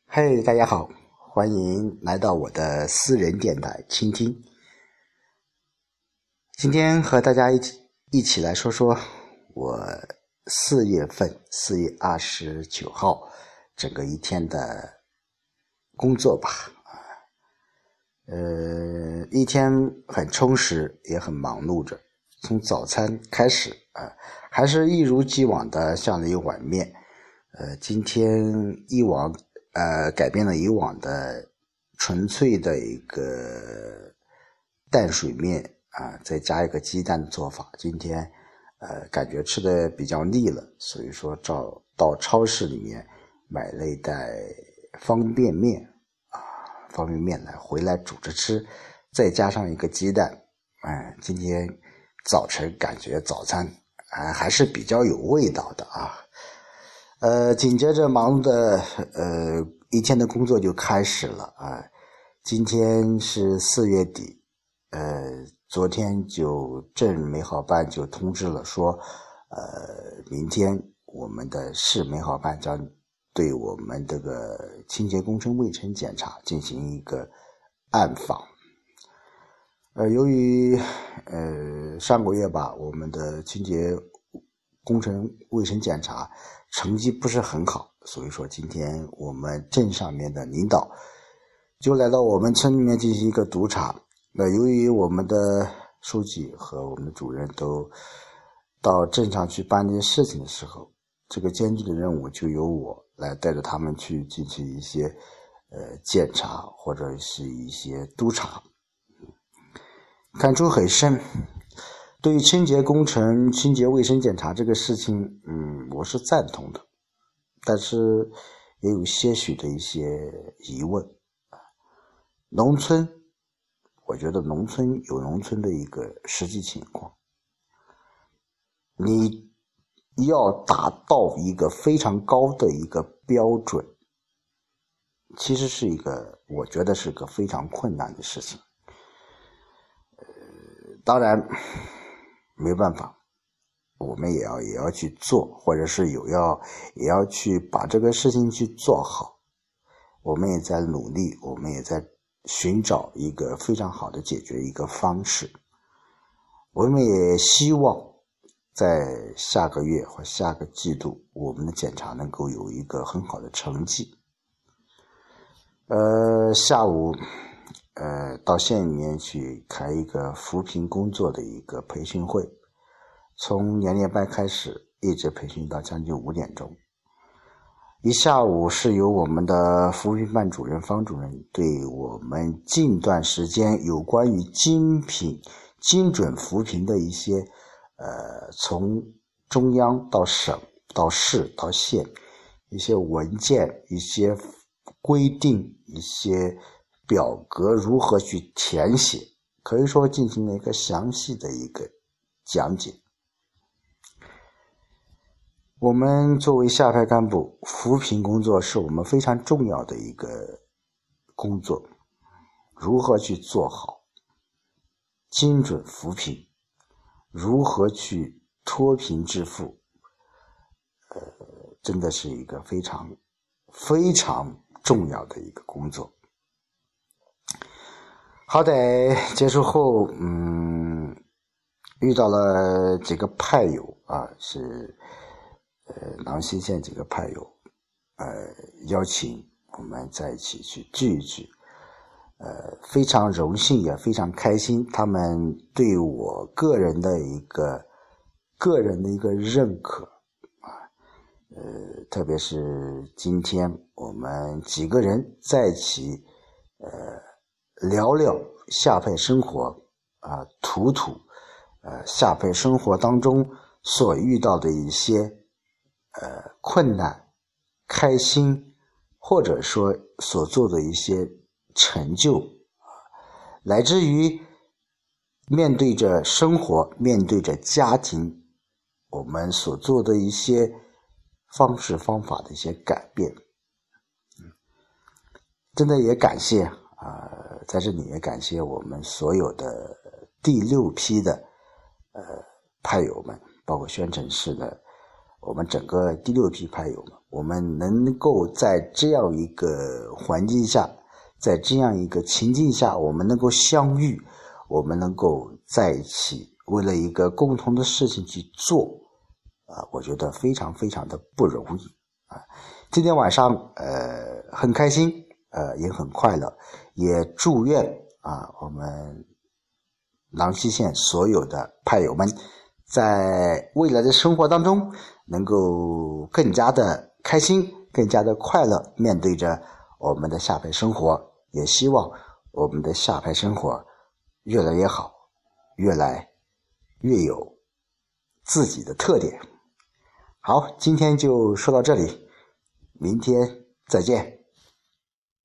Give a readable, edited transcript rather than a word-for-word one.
嘿，大家好，欢迎来到我的私人电台倾听。今天和大家一起来说说我4月29号整个一天的工作吧。一天很充实，也很忙碌着。从早餐开始还是一如既往的下了一碗面。今天改变了以往的纯粹的一个淡水面再加一个鸡蛋的做法。今天感觉吃的比较腻了，所以说到超市里面买了一袋方便面来回来煮着吃，再加上一个鸡蛋。今天早晨感觉早餐还是比较有味道的紧接着忙碌的一天的工作就开始了今天是4月底，昨天就镇美好办就通知了说，明天我们的市美好办将对我们这个清洁工程卫生检查进行一个暗访。由于上个月吧，我们的清洁工程卫生检查成绩不是很好，所以说今天我们镇上面的领导就来到我们村里面进行一个督查。由于我们的书记和我们的主任都到镇上去办这些事情的时候，这个艰巨的任务就由我来带着他们去进行一些检查或者是一些督查。感触很深，对于清洁工程、清洁卫生检查这个事情，我是赞同的，但是也有些许的一些疑问。农村，我觉得农村有农村的一个实际情况，你要达到一个非常高的一个标准，其实是我觉得是个非常困难的事情。当然没办法，我们也要去做，或者是也要去把这个事情去做好。我们也在努力，我们也在寻找一个非常好的解决一个方式。我们也希望在下个月或下个季度，我们的检查能够有一个很好的成绩。下午到县里面去开一个扶贫工作的一个培训会，从年夜班开始一直培训到将近5点钟。一下午是由我们的扶贫办主任方主任对我们近段时间有关于精准扶贫的一些从中央到省到市到县一些文件、一些规定、一些表格如何去填写，可以说进行了一个详细的一个讲解。我们作为下派干部，扶贫工作是我们非常重要的一个工作，如何去做好精准扶贫，如何去脱贫致富，真的是一个非常非常重要的一个工作。好歹结束后遇到了几个派友是郎溪县几个派友邀请我们在一起去聚一聚，非常荣幸也非常开心，他们对我个人的一个认可特别是今天我们几个人在一起聊聊下派生活吐下派生活当中所遇到的一些困难、开心，或者说所做的一些成就，乃至于面对着生活、面对着家庭，我们所做的一些方式方法的一些改变。真的也感谢在这里也感谢我们所有的第6批的派友们，包括宣城市的我们整个第6批派友们，我们能够在这样一个环境下，在这样一个情境下，我们能够相遇，我们能够在一起，为了一个共同的事情去做我觉得非常非常的不容易今天晚上很开心也很快乐，也祝愿我们郎溪县所有的派友们在未来的生活当中能够更加的开心，更加的快乐，面对着我们的下派生活，也希望我们的下派生活越来越好，越来越有自己的特点。好，今天就说到这里，明天再见。